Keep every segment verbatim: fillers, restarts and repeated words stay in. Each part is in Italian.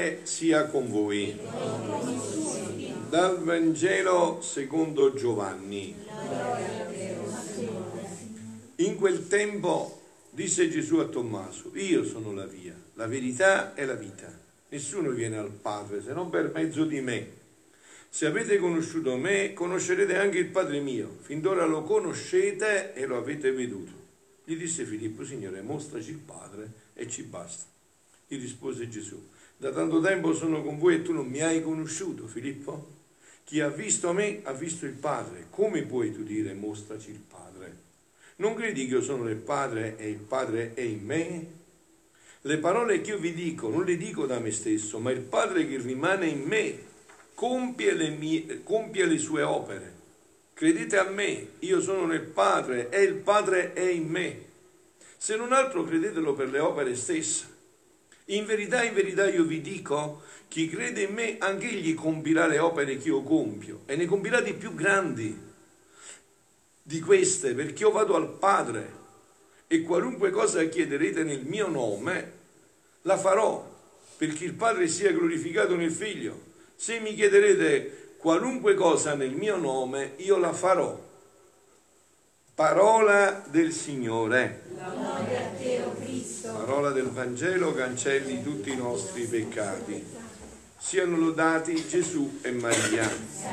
Signore sia con voi. Dal Vangelo secondo Giovanni. In quel tempo disse Gesù a Tommaso: io sono la via, la verità e la vita. Nessuno viene al Padre se non per mezzo di me. Se avete conosciuto me, conoscerete anche il Padre mio. Fin d'ora lo conoscete e lo avete veduto. Gli disse Filippo: Signore, mostraci il Padre e ci basta. Gli rispose Gesù: da tanto tempo sono con voi e tu non mi hai conosciuto, Filippo? Chi ha visto me ha visto il Padre. Come puoi tu dire mostraci il Padre? Non credi che io sono nel Padre e il Padre è in me? Le parole che io vi dico non le dico da me stesso, ma il Padre che rimane in me compie le, mie, compie le sue opere. Credete a me, io sono nel Padre e il Padre è in me. Se non altro credetelo per le opere stesse. In verità, in verità io vi dico, chi crede in me, anche egli compirà le opere che io compio, e ne compirà di più grandi di queste, perché io vado al Padre, e qualunque cosa chiederete nel mio nome, la farò, perché il Padre sia glorificato nel Figlio. Se mi chiederete qualunque cosa nel mio nome, io la farò. Parola del Signore. Lode a te, o Cristo. Parola del Vangelo, cancelli tutti i nostri peccati. Siano lodati Gesù e Maria.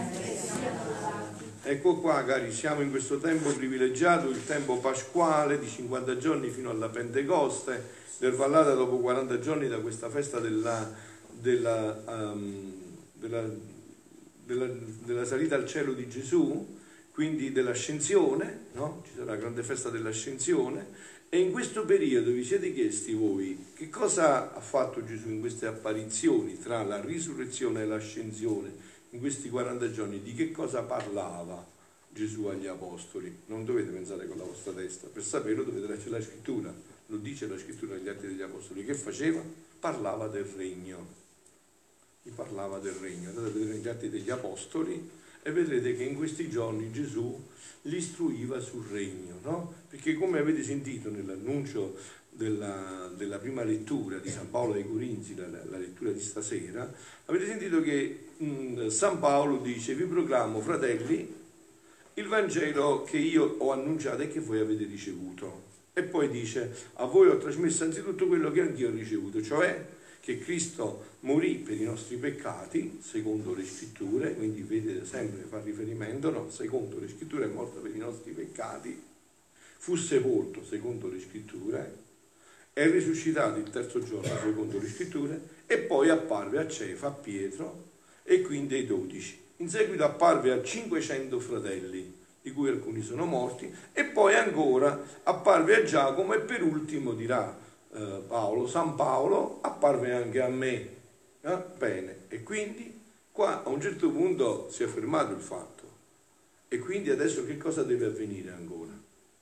Ecco qua, cari, siamo in questo tempo privilegiato, il tempo pasquale di cinquanta giorni fino alla Pentecoste, del Vallata dopo quaranta giorni da questa festa della, della, um, della, della, della salita al cielo di Gesù, quindi dell'ascensione, no? Ci sarà la grande festa dell'ascensione, e in questo periodo vi siete chiesti voi che cosa ha fatto Gesù in queste apparizioni tra la risurrezione e l'ascensione, in questi quaranta giorni, di che cosa parlava Gesù agli apostoli? Non dovete pensare con la vostra testa, per saperlo dovete leggere la scrittura, lo dice la scrittura agli Atti degli Apostoli. Che faceva? Parlava del regno, gli parlava del regno. Andate a vedere gli Atti degli Apostoli e vedrete che in questi giorni Gesù li istruiva sul regno, no? Perché come avete sentito nell'annuncio della, della prima lettura di San Paolo ai Corinzi, la, la lettura di stasera, avete sentito che mh, San Paolo dice: vi proclamo, fratelli, il Vangelo che io ho annunciato e che voi avete ricevuto. E poi dice: a voi ho trasmesso anzitutto quello che anch'io ho ricevuto, cioè che Cristo morì per i nostri peccati, secondo le scritture, quindi vedete sempre fa riferimento, no? Secondo le scritture è morto per i nostri peccati, fu sepolto, secondo le scritture, è risuscitato il terzo giorno, secondo le scritture, e poi apparve a Cefa, a Pietro, e quindi ai dodici. In seguito apparve a cinquecento fratelli, di cui alcuni sono morti, e poi ancora apparve a Giacomo, e per ultimo dirà Uh, Paolo, San Paolo, apparve anche a me. Eh? Bene, e quindi qua a un certo punto si è fermato il fatto, e quindi adesso che cosa deve avvenire ancora?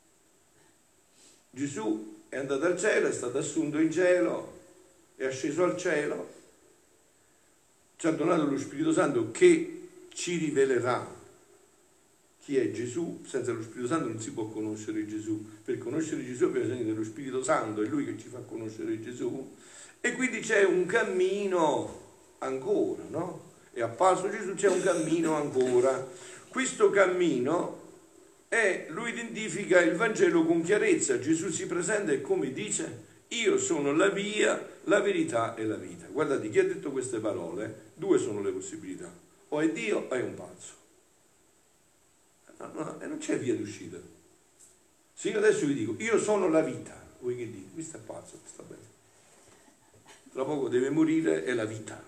Gesù è andato al cielo, è stato assunto in cielo, è asceso al cielo, ci ha donato lo Spirito Santo che ci rivelerà chi è Gesù. Senza lo Spirito Santo non si può conoscere Gesù. Per conoscere Gesù abbiamo bisogno dello Spirito Santo, è Lui che ci fa conoscere Gesù. E quindi c'è un cammino ancora, no? È apparso Gesù, c'è un cammino ancora. Questo cammino è, lui identifica il Vangelo con chiarezza. Gesù si presenta e come dice: io sono la via, la verità e la vita. Guardate, chi ha detto queste parole, due sono le possibilità: o è Dio o è un pazzo. No, no, e non c'è via d'uscita. Se io adesso vi dico io sono la vita, voi che dite? Questo è pazzo, sta bene. Tra poco deve morire, è la vita.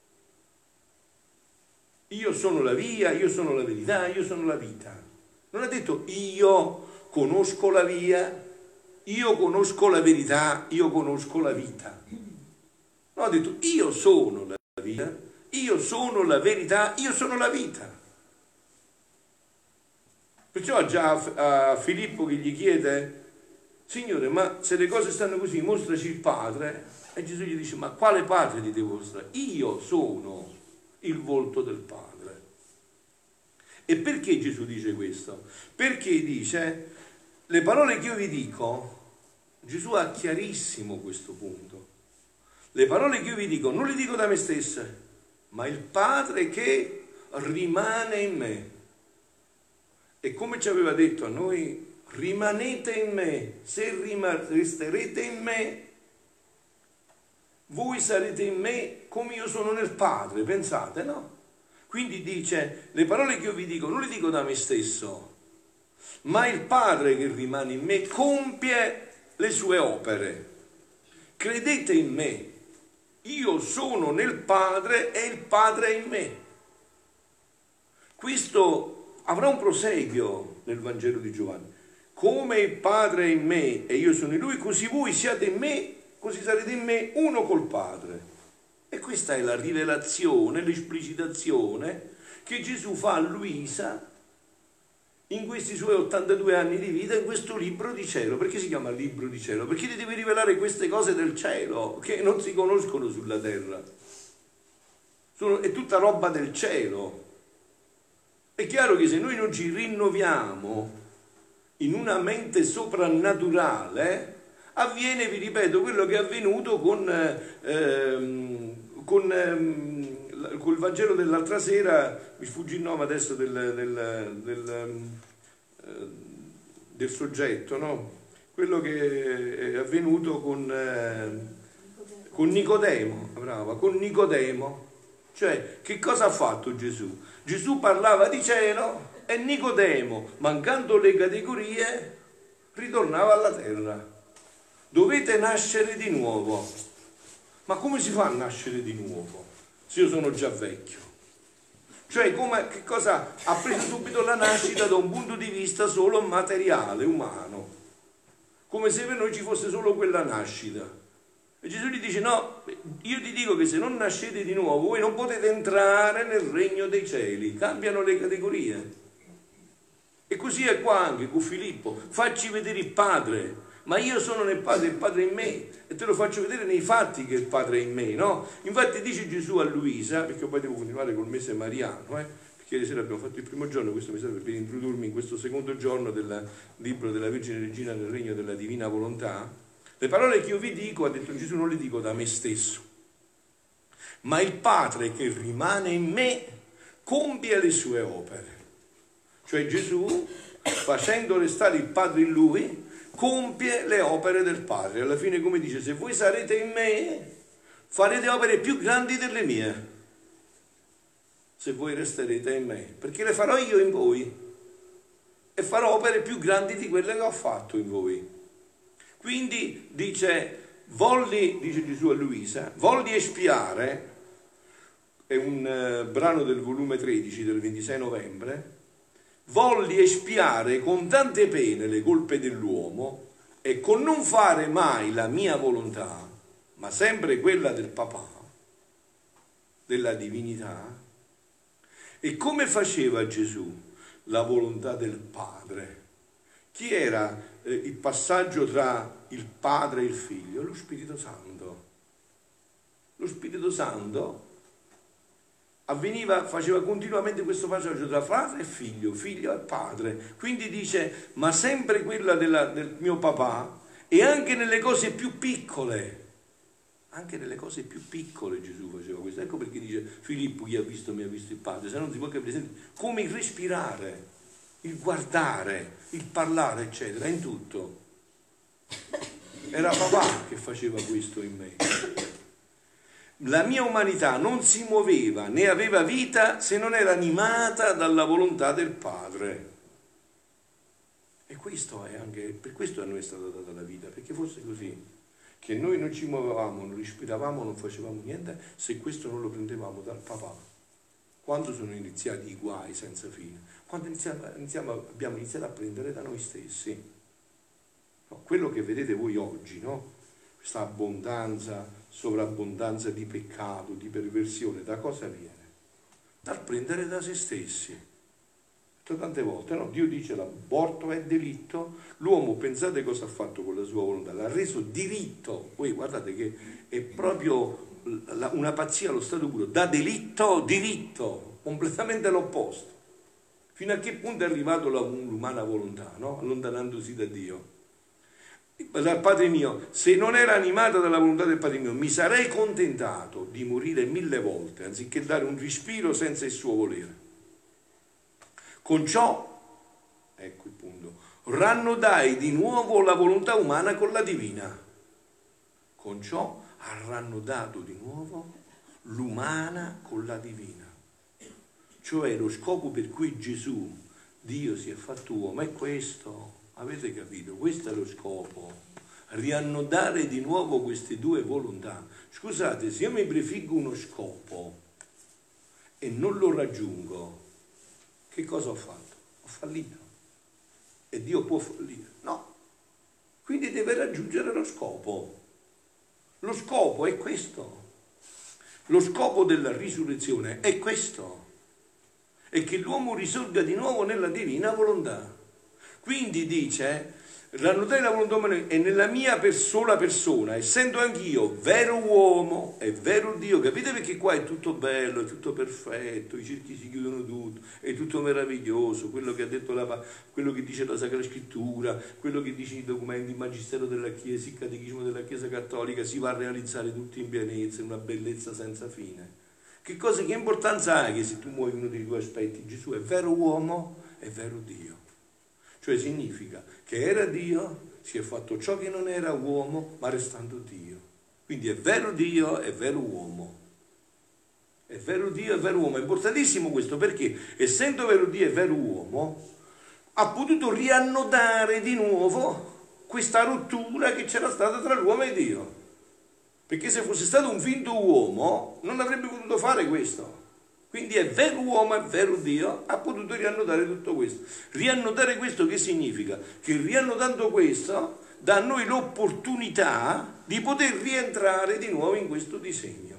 Io sono la via, io sono la verità, io sono la vita. Non ha detto io conosco la via, io conosco la verità, io conosco la vita. No, ha detto io sono la via, io sono la verità, io sono la vita. Perciò già a Filippo che gli chiede: Signore, ma se le cose stanno così, mostraci il Padre. E Gesù gli dice: ma quale Padre ti devo mostrare? Io sono il volto del Padre. E perché Gesù dice questo? Perché dice: le parole che io vi dico, Gesù ha chiarissimo questo punto. Le parole che io vi dico non le dico da me stesse, ma il Padre che rimane in me. E come ci aveva detto a noi, rimanete in me, se resterete in me, voi sarete in me come io sono nel Padre, pensate, no? Quindi dice, le parole che io vi dico non le dico da me stesso, ma il Padre che rimane in me compie le sue opere. Credete in me, io sono nel Padre e il Padre è in me. Questo avrà un proseguio nel Vangelo di Giovanni. Come il Padre è in me e io sono in Lui, così voi siate in me, così sarete in me uno col Padre. E questa è la rivelazione, l'esplicitazione che Gesù fa a Luisa in questi suoi ottantadue anni di vita, in questo libro di cielo. Perché si chiama libro di cielo? Perché ti deve rivelare queste cose del cielo che non si conoscono sulla terra. Sono, è tutta roba del cielo. È chiaro che se noi non ci rinnoviamo in una mente soprannaturale, avviene, vi ripeto, quello che è avvenuto con, ehm, con ehm, col Vangelo dell'altra sera, mi sfugge il nome adesso del, del, del, eh, del soggetto, no? Quello che è avvenuto con, eh, con Nicodemo, brava, con Nicodemo. Cioè, che cosa ha fatto Gesù? Gesù parlava di cielo e Nicodemo, mancando le categorie, ritornava alla terra. Dovete nascere di nuovo. Ma come si fa a nascere di nuovo se io sono già vecchio? Cioè, come, che cosa ha preso subito la nascita da un punto di vista solo materiale, umano, come se per noi ci fosse solo quella nascita. E Gesù gli dice: no, io ti dico che se non nascete di nuovo voi non potete entrare nel regno dei cieli. Cambiano le categorie. E così è qua anche con Filippo: facci vedere il Padre. Ma io sono nel Padre, il Padre è in me, e te lo faccio vedere nei fatti che il Padre è in me, no? Infatti dice Gesù a Luisa, perché poi devo continuare col mese mariano, eh? Perché ieri sera abbiamo fatto il primo giorno, questo mi serve per introdurmi in questo secondo giorno del libro della Vergine Regina nel Regno della Divina Volontà. Le parole che io vi dico, ha detto Gesù, non le dico da me stesso, ma il Padre che rimane in me compie le sue opere. Cioè Gesù, facendo restare il Padre in lui, compie le opere del Padre. Alla fine, come dice, se voi sarete in me, farete opere più grandi delle mie, se voi resterete in me, perché le farò io in voi e farò opere più grandi di quelle che ho fatto in voi. Quindi dice, volli, dice Gesù a Luisa, volli espiare, è un uh, brano del volume tredici del ventisei novembre, volli espiare con tante pene le colpe dell'uomo e con non fare mai la mia volontà, ma sempre quella del papà, della divinità. E come faceva Gesù la volontà del Padre? Chi era eh, il passaggio tra il Padre e il Figlio? Lo Spirito Santo. Lo Spirito Santo avveniva, faceva continuamente questo passaggio tra padre e figlio, figlio e padre. Quindi dice, ma sempre quella della, del mio papà, e anche nelle cose più piccole, anche nelle cose più piccole Gesù faceva questo. Ecco perché dice, Filippo, chi ha visto mi ha visto il Padre, se non si può capire, come il respirare, il guardare, il parlare, eccetera, in tutto. Era papà che faceva questo in me. La mia umanità non si muoveva né aveva vita se non era animata dalla volontà del Padre. E questo è anche, per questo a noi è stata data la vita, perché fosse così, che noi non ci muovevamo, non respiravamo, non facevamo niente se questo non lo prendevamo dal papà. Quando sono iniziati i guai senza fine? Quando iniziamo, iniziamo, abbiamo iniziato a prendere da noi stessi. No, quello che vedete voi oggi, no? Questa abbondanza, sovrabbondanza di peccato, di perversione, da cosa viene? Dal prendere da se stessi. Tante volte, no? Dio dice l'aborto è delitto, l'uomo pensate cosa ha fatto con la sua volontà, l'ha reso diritto. Voi guardate che è proprio una pazzia allo stato puro, da delitto diritto, completamente l'opposto. Fino a che punto è arrivato l'umana volontà, no? Allontanandosi da Dio. dal Padre mio, se non era animata dalla volontà del Padre mio, mi sarei contentato di morire mille volte, anziché dare un respiro senza il suo volere. Con ciò, ecco il punto, rannodai di nuovo la volontà umana con la divina. Con ciò ha rannodato di nuovo l'umana con la divina. Cioè lo scopo per cui Gesù, Dio, si è fatto uomo è questo. Avete capito? Questo è lo scopo, riannodare di nuovo queste due volontà. Scusate, se io mi prefiggo uno scopo e non lo raggiungo, che cosa ho fatto? Ho fallito. E Dio può fallire? No. Quindi deve raggiungere lo scopo. Lo scopo è questo. Lo scopo della risurrezione è questo. È che l'uomo risorga di nuovo nella divina volontà. Quindi dice, rannodare la volontà umana è nella mia per sola persona, essendo anch'io vero uomo e vero Dio. Capite perché qua è tutto bello, è tutto perfetto, i cerchi si chiudono tutto, è tutto meraviglioso, quello che ha detto la, quello che dice la Sacra Scrittura, quello che dice i documenti, il Magistero della Chiesa, il Catechismo della Chiesa Cattolica, si va a realizzare tutto in pienezza, in una bellezza senza fine. Che cosa, che importanza ha che se tu muovi uno dei due aspetti? Gesù è vero uomo e vero Dio. Cioè significa che era Dio, si è fatto ciò che non era uomo, ma restando Dio. Quindi è vero Dio, è vero uomo. È vero Dio, è vero uomo. È importantissimo questo perché, essendo vero Dio e vero uomo, ha potuto riannodare di nuovo questa rottura che c'era stata tra l'uomo e Dio. Perché se fosse stato un finto uomo, non avrebbe potuto fare questo. Quindi è vero uomo, è vero Dio, ha potuto riannodare tutto questo. Riannodare questo che significa? Che riannodando questo dà a noi l'opportunità di poter rientrare di nuovo in questo disegno.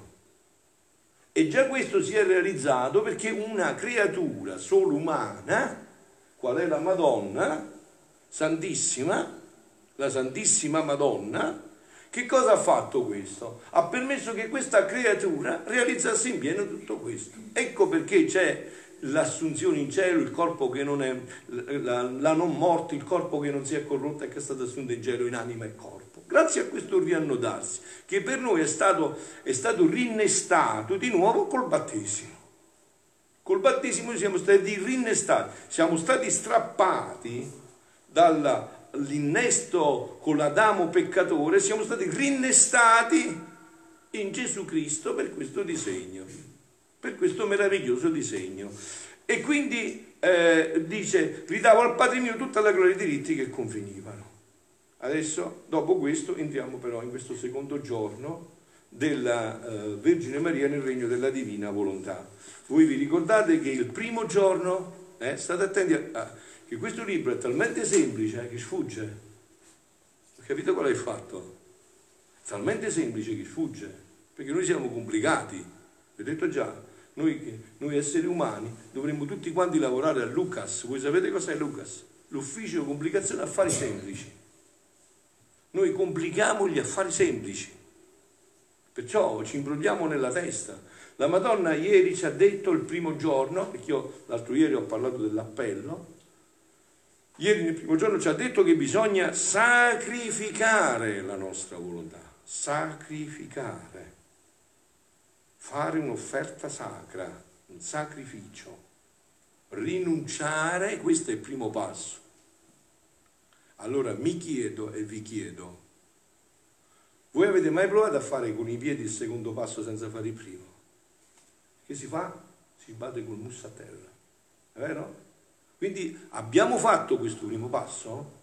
E già questo si è realizzato perché una creatura solo umana, qual è la Madonna, Santissima, la Santissima Madonna, che cosa ha fatto questo? Ha permesso che questa creatura realizzasse in pieno tutto questo. Ecco perché c'è l'assunzione in cielo, il corpo che non è, la, la non morte, il corpo che non si è corrotto e che è stato assunto in cielo in anima e corpo. Grazie a questo riannodarsi, che per noi è stato, è stato rinnestato di nuovo col battesimo. Col battesimo siamo stati rinnestati, siamo stati strappati dalla l'innesto con l'Adamo peccatore, siamo stati rinnestati in Gesù Cristo per questo disegno, per questo meraviglioso disegno. E quindi eh, dice, ridavo al Padre mio tutta la gloria e i diritti che convenivano. Adesso, dopo questo, entriamo però in questo secondo giorno della eh, Vergine Maria nel regno della divina volontà. Voi vi ricordate che il primo giorno, eh, state attenti a, a che questo libro è talmente semplice che sfugge. Ho capito qual hai fatto? Talmente semplice che sfugge, perché noi siamo complicati. Vi ho detto già, noi, noi esseri umani dovremmo tutti quanti lavorare a Lucas. Voi sapete cos'è Lucas? L'ufficio complicazione affari semplici. Noi complichiamo gli affari semplici, perciò ci imbrogliamo nella testa. La Madonna ieri ci ha detto il primo giorno, perché io l'altro ieri ho parlato dell'appello, ieri nel primo giorno ci ha detto che bisogna sacrificare la nostra volontà, sacrificare, fare un'offerta sacra, un sacrificio, rinunciare, questo è il primo passo. Allora mi chiedo e vi chiedo, voi avete mai provato a fare con i piedi il secondo passo senza fare il primo? Che si fa? Si batte col muso a terra, è vero? Quindi abbiamo fatto questo primo passo?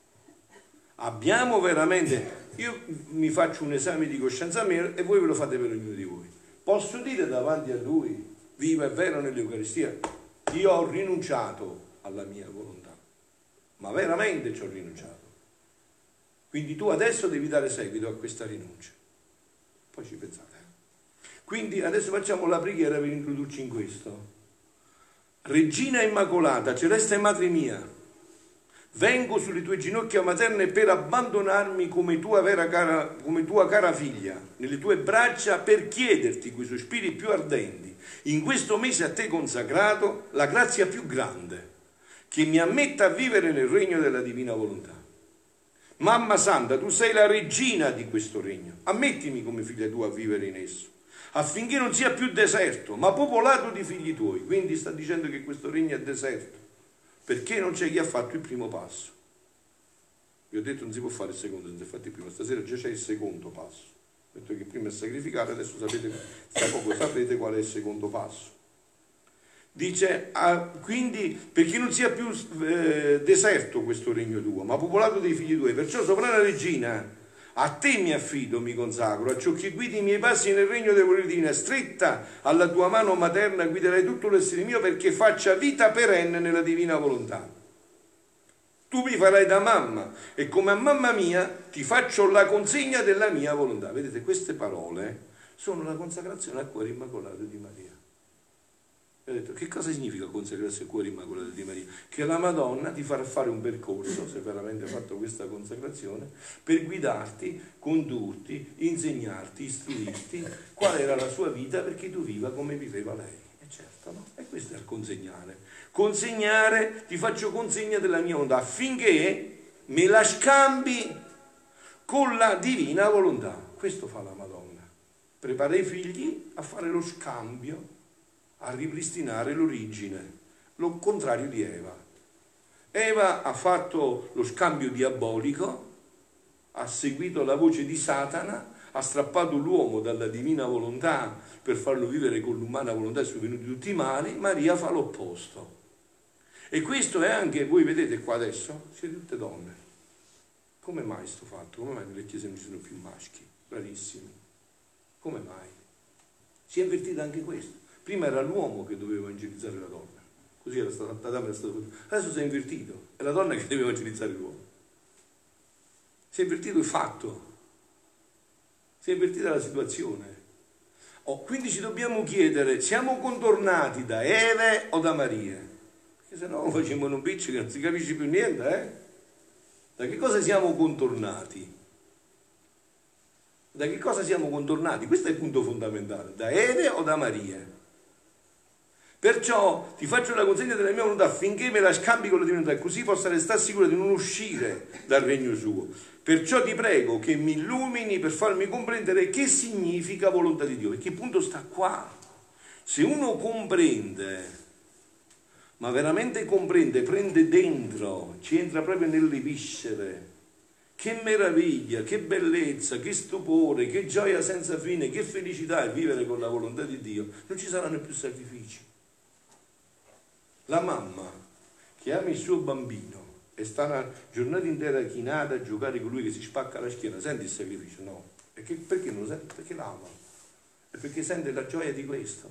Abbiamo veramente, io mi faccio un esame di coscienza mio e voi ve lo fate per ognuno di voi. Posso dire davanti a Lui, vivo e vero nell'Eucaristia, io ho rinunciato alla mia volontà, ma veramente ci ho rinunciato. Quindi tu adesso devi dare seguito a questa rinuncia. Poi ci pensate. Quindi adesso facciamo la preghiera per introdurci in questo. Regina Immacolata, celeste Madre mia, vengo sulle tue ginocchia materne per abbandonarmi come tua, vera cara, come tua cara figlia, nelle tue braccia, per chiederti coi sospiri più ardenti, in questo mese a te consacrato, la grazia più grande, che mi ammetta a vivere nel regno della divina volontà. Mamma Santa, tu sei la regina di questo regno. Ammettimi come figlia tua a vivere in esso, affinché non sia più deserto, ma popolato di figli tuoi. Quindi sta dicendo che questo regno è deserto, perché non c'è chi ha fatto il primo passo. Vi ho detto non si può fare il secondo senza fare il primo, stasera già c'è il secondo passo. Ho detto che prima è sacrificare, adesso sapete, tra poco saprete qual è il secondo passo. Dice, ah, quindi perché non sia più eh, deserto questo regno tuo, ma popolato dei figli tuoi. Perciò sovrana regina, a te mi affido, mi consacro, a ciò che guidi i miei passi nel regno dei voleri divina, stretta alla tua mano materna guiderai tutto l'essere mio perché faccia vita perenne nella divina volontà. Tu mi farai da mamma e come a mamma mia ti faccio la consegna della mia volontà. Vedete, queste parole sono la consacrazione al cuore immacolato di Maria. E ho detto, che cosa significa consacrarsi al cuore immacolato di Maria? Che la Madonna ti farà fare un percorso, se veramente hai fatto questa consacrazione, per guidarti, condurti, insegnarti, istruirti qual era la sua vita perché tu viva come viveva lei. E certo, no? E questo è il consegnare. Consegnare, ti faccio consegna della mia volontà affinché me la scambi con la divina volontà. Questo fa la Madonna. Prepara i figli a fare lo scambio, a ripristinare l'origine, lo contrario di Eva. Eva ha fatto lo scambio diabolico, ha seguito la voce di Satana, ha strappato l'uomo dalla divina volontà per farlo vivere con l'umana volontà e sono venuti tutti i mali. Maria fa l'opposto. E questo è anche, voi vedete qua adesso, siete tutte donne. Come mai sto fatto? Come mai nelle chiese non ci sono più maschi? Bravissimi. Come mai? Si è invertita anche questo. Prima era l'uomo che doveva evangelizzare la donna, così era stata, Adamo era stato, adesso si è invertito, è la donna che deve evangelizzare l'uomo. Si è invertito il fatto, si è invertita la situazione. Oh, quindi ci dobbiamo chiedere, siamo contornati da Eve o da Maria? Perché se no facciamo un piccio che non si capisce più niente, eh? Da che cosa siamo contornati? Da che cosa siamo contornati? Questo è il punto fondamentale, da Eve o da Maria? Perciò ti faccio la consegna della mia volontà affinché me la scambi con la divinità e così possa restare sicura di non uscire dal regno suo. Perciò ti prego che mi illumini per farmi comprendere che significa volontà di Dio. Perché il punto sta qua. Se uno comprende, ma veramente comprende, prende dentro, ci entra proprio nelle viscere. Che meraviglia, che bellezza, che stupore, che gioia senza fine, che felicità è vivere con la volontà di Dio. Non ci saranno più sacrifici. La mamma che ama il suo bambino e sta una giornata intera chinata a giocare con lui che si spacca la schiena, sente il sacrificio? No. Perché, perché non lo sente? Perché l'ama. E perché sente la gioia di questo.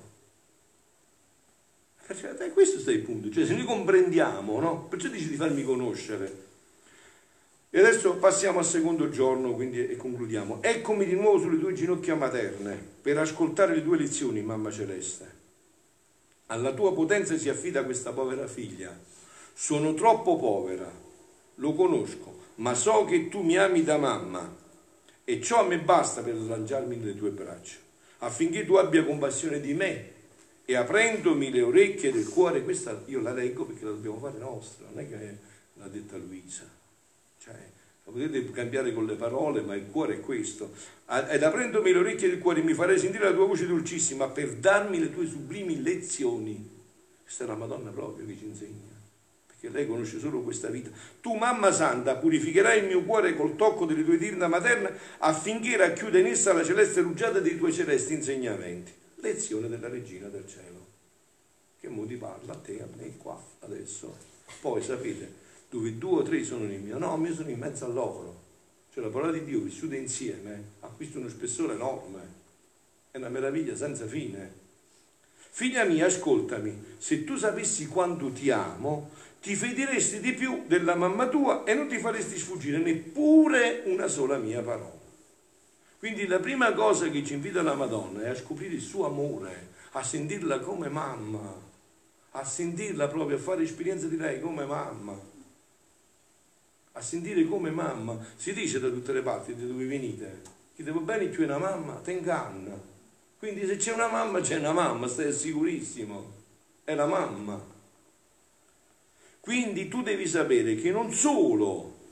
Perché, questo sta il punto. Cioè se noi comprendiamo, no? Perciò dici di farmi conoscere. E adesso passiamo al secondo giorno, quindi e concludiamo. Eccomi di nuovo sulle tue ginocchia materne per ascoltare le tue lezioni, mamma celeste. Alla tua potenza si affida questa povera figlia. Sono troppo povera, lo conosco, ma so che tu mi ami da mamma e ciò a me basta per slanciarmi nelle tue braccia, affinché tu abbia compassione di me e aprendomi le orecchie del cuore. Questa io la leggo perché la dobbiamo fare nostra, non è che l'ha detta Luisa. Cioè, la potete cambiare con le parole, ma il cuore è questo. Ed aprendomi le orecchie del cuore mi farai sentire la tua voce dolcissima per darmi le tue sublimi lezioni. Questa è la Madonna proprio che ci insegna, perché lei conosce solo questa vita. Tu, mamma santa, purificherai il mio cuore col tocco delle tue dita materne affinché racchiuda in essa la celeste rugiada dei tuoi celesti insegnamenti. Lezione della Regina del Cielo, che mo ti parla a te, a me, qua, adesso. Poi sapete, dove due o tre sono nel mio nome, io sono in mezzo a loro. Cioè la parola di Dio vissuta insieme acquista uno spessore enorme, è una meraviglia senza fine. Figlia mia, ascoltami, se tu sapessi quanto ti amo, ti fideresti di più della mamma tua e non ti faresti sfuggire neppure una sola mia parola. Quindi la prima cosa che ci invita la Madonna è a scoprire il suo amore, a sentirla come mamma, a sentirla proprio, a fare esperienza di lei come mamma. A sentire come mamma. Si dice da tutte le parti di dove venite, chi devo bene c'è una mamma, te inganna. Quindi se c'è una mamma c'è una mamma, stai sicurissimo, è la mamma. Quindi tu devi sapere che non solo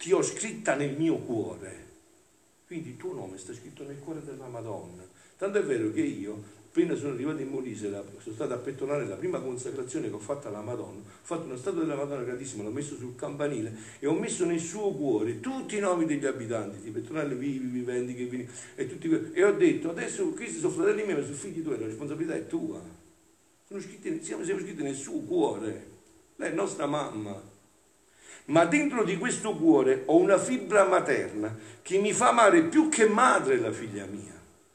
ti ho scritta nel mio cuore. Quindi il tuo nome sta scritto nel cuore della Madonna. Tanto è vero che io, appena sono arrivato in Molise, sono stato a pettonare la prima consacrazione che ho fatto alla Madonna, ho fatto una statua della Madonna Gradissima, l'ho messo sul campanile e ho messo nel suo cuore tutti i nomi degli abitanti, di pettonare vivi, viventi, che vini, e tutti quelli. E ho detto, adesso questi sono fratelli miei, ma sono figli tuoi, la responsabilità è tua. Sono scritti, siamo, siamo scritti nel suo cuore. Lei è nostra mamma. Ma dentro di questo cuore ho una fibra materna che mi fa amare più che madre la figlia mia.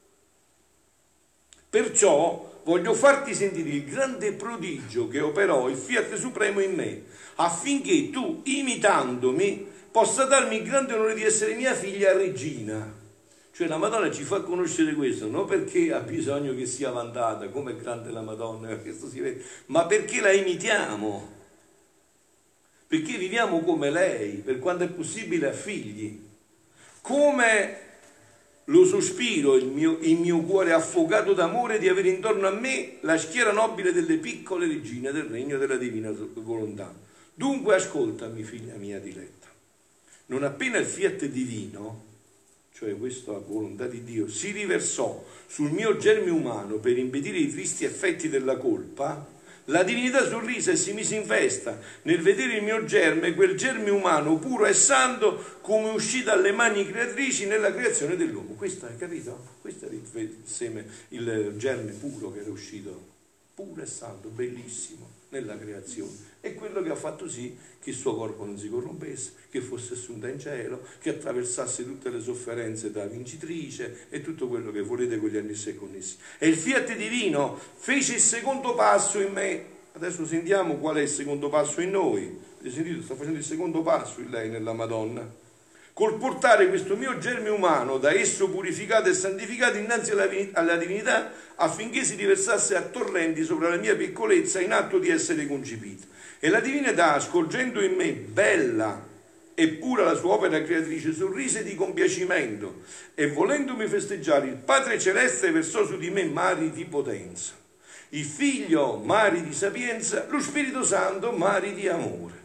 Perciò voglio farti sentire il grande prodigio che operò il Fiat Supremo in me, affinché tu, imitandomi, possa darmi il grande onore di essere mia figlia regina. Cioè la Madonna ci fa conoscere questo, non perché ha bisogno che sia vantata, come è grande la Madonna, questo si vede, ma perché la imitiamo. Perché viviamo come lei, per quanto è possibile a figli. Come lo sospiro, il mio, il mio cuore affogato d'amore di avere intorno a me la schiera nobile delle piccole regine del regno della divina volontà. Dunque ascoltami, figlia mia diletta. Non appena il fiat divino, cioè questa volontà di Dio, si riversò sul mio germe umano per impedire i tristi effetti della colpa, la divinità sorrise e si mise in festa nel vedere il mio germe, quel germe umano puro e santo come uscì dalle mani creatrici nella creazione dell'uomo. Questo hai capito? Questo era il seme, il germe puro che era uscito, puro e santo, bellissimo, nella creazione. È quello che ha fatto sì che il suo corpo non si corrompesse, che fosse assunta in cielo, che attraversasse tutte le sofferenze da vincitrice e tutto quello che volete con gli annessi e connessi. E il fiat divino fece il secondo passo in me. Adesso sentiamo qual è il secondo passo in noi. Avete sentito? Sta facendo il secondo passo in lei, nella Madonna. Col portare questo mio germe umano, da esso purificato e santificato, innanzi alla, alla divinità, affinché si riversasse a torrenti sopra la mia piccolezza in atto di essere concepita. E la divinità, scorgendo in me bella e pura la sua opera creatrice, sorrise di compiacimento e volendomi festeggiare, il Padre Celeste versò su di me mari di potenza, il Figlio mari di sapienza, lo Spirito Santo mari di amore.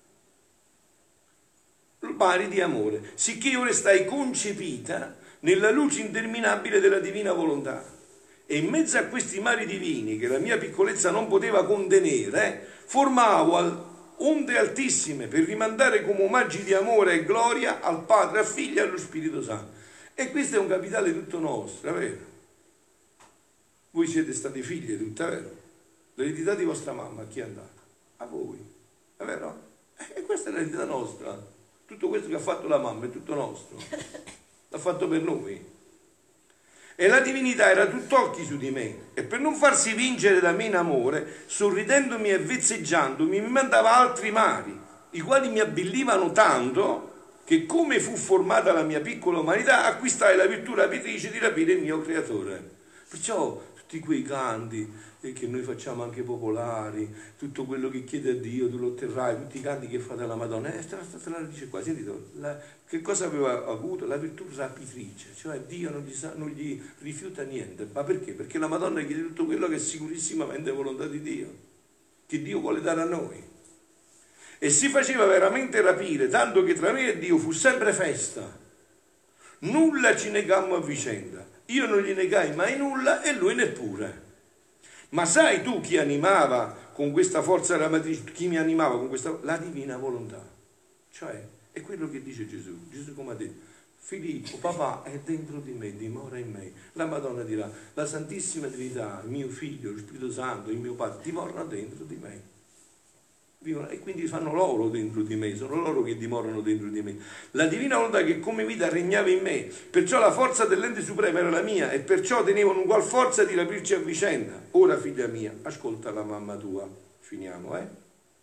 Mari di amore, sicché ora stai concepita nella luce interminabile della divina volontà. E in mezzo a questi mari divini che la mia piccolezza non poteva contenere, formavo onde altissime per rimandare come omaggi di amore e gloria al Padre, al Figlio e allo Spirito Santo. E questo è un capitale tutto nostro, è vero? Voi siete stati figli tutti, è vero? L'eredità di vostra mamma a chi è andata? A voi, è vero? E questa è l'eredità nostra. Tutto questo che ha fatto la mamma è tutto nostro, l'ha fatto per noi. E la divinità era tutt'occhi su di me, e per non farsi vincere da me in amore, sorridendomi e vezzeggiandomi, mi mandava altri mari, i quali mi abbellivano tanto che, come fu formata la mia piccola umanità, acquistai la virtù rapitrice di rapire il mio creatore. Perciò tutti quei canti che noi facciamo anche popolari, tutto quello che chiede a Dio tu lo otterrai, tutti i canti che fate alla Madonna, eh, te la dice qua, sentite, la, che cosa aveva avuto? La virtù rapitrice, cioè Dio non gli, sa, non gli rifiuta niente. Ma perché? Perché la Madonna chiede tutto quello che è sicurissimamente volontà di Dio, che Dio vuole dare a noi. E si faceva veramente rapire, tanto che tra me e Dio fu sempre festa. Nulla ci negammo a vicenda. Io non gli negai mai nulla e lui neppure. Ma sai tu chi animava con questa forza la matrice, chi mi animava con questa la divina volontà? Cioè, è quello che dice Gesù. Gesù come ha detto, Filippo, papà è dentro di me, dimora in me. La Madonna dirà, la Santissima Trinità, mio Figlio, lo Spirito Santo, il mio Padre, dimorano dentro di me. Vivono, e quindi fanno loro dentro di me, sono loro che dimorano dentro di me. La divina volontà che come vita regnava in me, perciò la forza dell'ente supremo era la mia e perciò tenevo un'ugual forza di rapirci a vicenda. Ora, figlia mia, ascolta la mamma tua, finiamo, eh?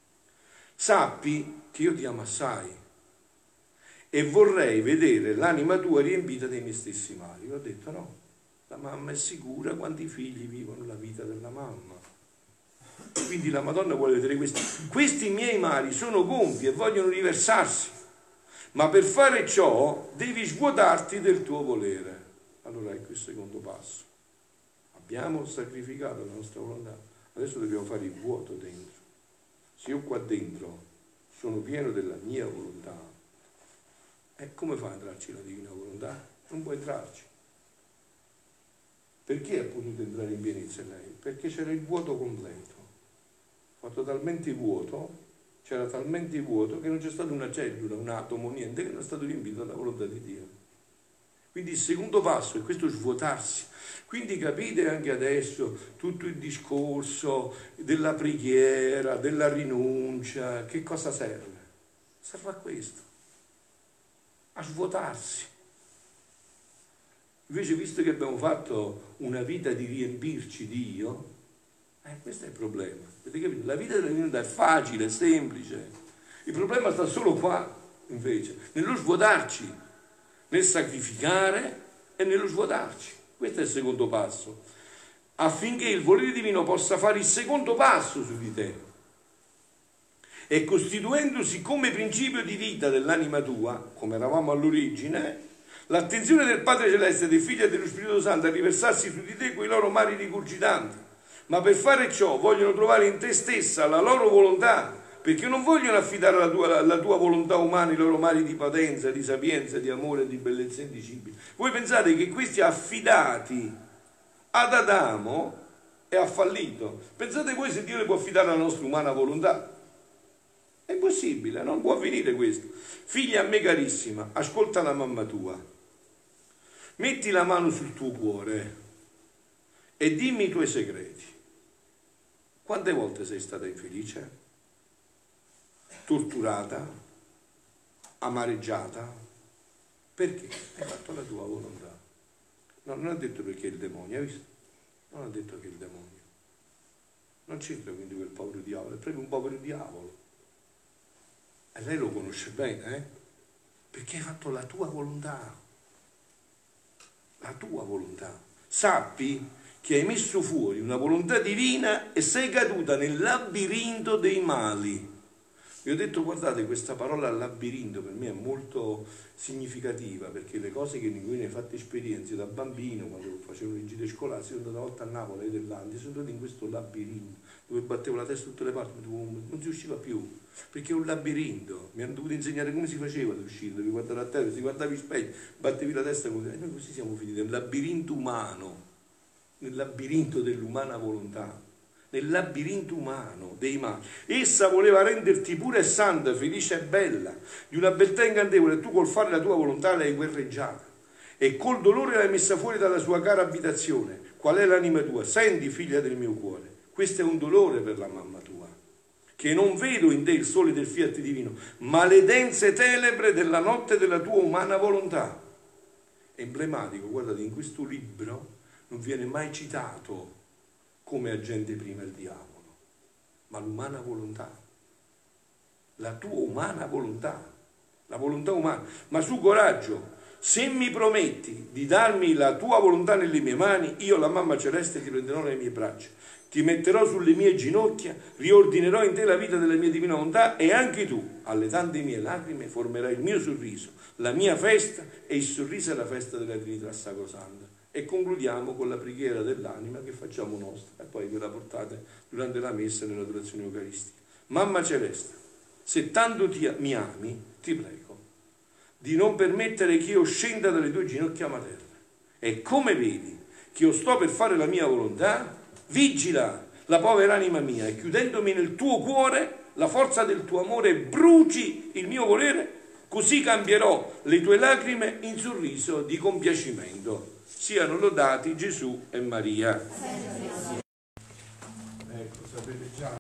Sappi che io ti amo assai e vorrei vedere l'anima tua riempita dei miei stessi mali. Io ho detto no, la mamma è sicura quanti figli vivono la vita della mamma. Quindi la Madonna vuole vedere questi. Questi miei mali sono gonfi e vogliono riversarsi, ma per fare ciò devi svuotarti del tuo volere. Allora ecco il secondo passo. Abbiamo sacrificato la nostra volontà, adesso dobbiamo fare il vuoto dentro. Se io qua dentro sono pieno della mia volontà, E come fa ad entrarci la divina volontà? Non può entrarci. Perché ha potuto entrare in pienezza lei? Perché c'era il vuoto completo. Fatto talmente vuoto, c'era talmente vuoto che non c'è stata una cellula, un atomo, niente, che non è stato riempito dalla volontà di Dio. Quindi il secondo passo è questo svuotarsi. Quindi capite anche adesso tutto il discorso della preghiera, della rinuncia, che cosa serve? Serve a questo, a svuotarsi. Invece, visto che abbiamo fatto una vita di riempirci di Dio, eh, questo è il problema. Avete capito? La vita della divinità è facile, è semplice. Il problema sta solo qua, invece, nello svuotarci, nel sacrificare e nello svuotarci. Questo è il secondo passo, affinché il volere divino possa fare il secondo passo su di te. E costituendosi come principio di vita dell'anima tua, come eravamo all'origine, l'attenzione del Padre Celeste, del Figlio e dello Spirito Santo a riversarsi su di te quei loro mari rigurgitanti. Ma per fare ciò vogliono trovare in te stessa la loro volontà, perché non vogliono affidare alla tua, alla tua volontà umana i loro mari di potenza, di sapienza, di amore, di bellezza indicibile. Voi pensate che questi affidati ad Adamo e ha fallito? Pensate voi se Dio le può affidare la nostra umana volontà? È impossibile, non può avvenire questo. Figlia a me carissima, ascolta la mamma tua, metti la mano sul tuo cuore e dimmi i tuoi segreti. Quante volte sei stata infelice? Torturata? Amareggiata? Perché? Hai fatto la tua volontà. No, non ha detto perché è il demonio, hai visto? Non ha detto che è il demonio. Non c'entra quindi quel povero diavolo, è proprio un povero diavolo. E lei lo conosce bene, eh? Perché hai fatto la tua volontà. La tua volontà. Sappi che hai messo fuori una volontà divina e sei caduta nel labirinto dei mali. Vi ho detto, guardate, questa parola labirinto per me è molto significativa, perché le cose che in cui ne hai fatto esperienze da bambino, quando facevo le gite scolastiche, sono andato una volta a Napoli ai Dell'Anti, sono andato in questo labirinto, dove battevo la testa da tutte le parti, non si usciva più, perché è un labirinto. Mi hanno dovuto insegnare come si faceva ad uscire, devi guardare a terra, si guardavi in specchio, battevi la testa così, e noi così siamo finiti, nel labirinto umano, nel labirinto dell'umana volontà, nel labirinto umano dei mali. Essa voleva renderti pura e santa, felice e bella, di una beltà incantevole, e tu col fare la tua volontà l'hai guerreggiata e col dolore l'hai messa fuori dalla sua cara abitazione. Qual è l'anima tua? Senti, figlia del mio cuore, questo è un dolore per la mamma tua, che non vedo in te il sole del fiat divino, ma le dense tenebre della notte della tua umana volontà. È emblematico, guardate, in questo libro non viene mai citato come agente prima il diavolo, ma l'umana volontà, la tua umana volontà, la volontà umana. Ma su, coraggio, se mi prometti di darmi la tua volontà nelle mie mani, io, la mamma celeste, ti prenderò nelle mie braccia, ti metterò sulle mie ginocchia, riordinerò in te la vita della mia divina volontà, e anche tu, alle tante mie lacrime, formerai il mio sorriso, la mia festa, e il sorriso è la festa della Trinità Sacrosanta. E concludiamo con la preghiera dell'anima che facciamo nostra, e poi ve la portate durante la messa e nell'adorazione eucaristica. Mamma celeste, se tanto ti, mi ami, ti prego di non permettere che io scenda dalle tue ginocchia materne, e come vedi che io sto per fare la mia volontà, vigila la povera anima mia, e chiudendomi nel tuo cuore la forza del tuo amore bruci il mio volere, così cambierò le tue lacrime in sorriso di compiacimento. Siano lodati Gesù e Maria. Ecco, sapete già.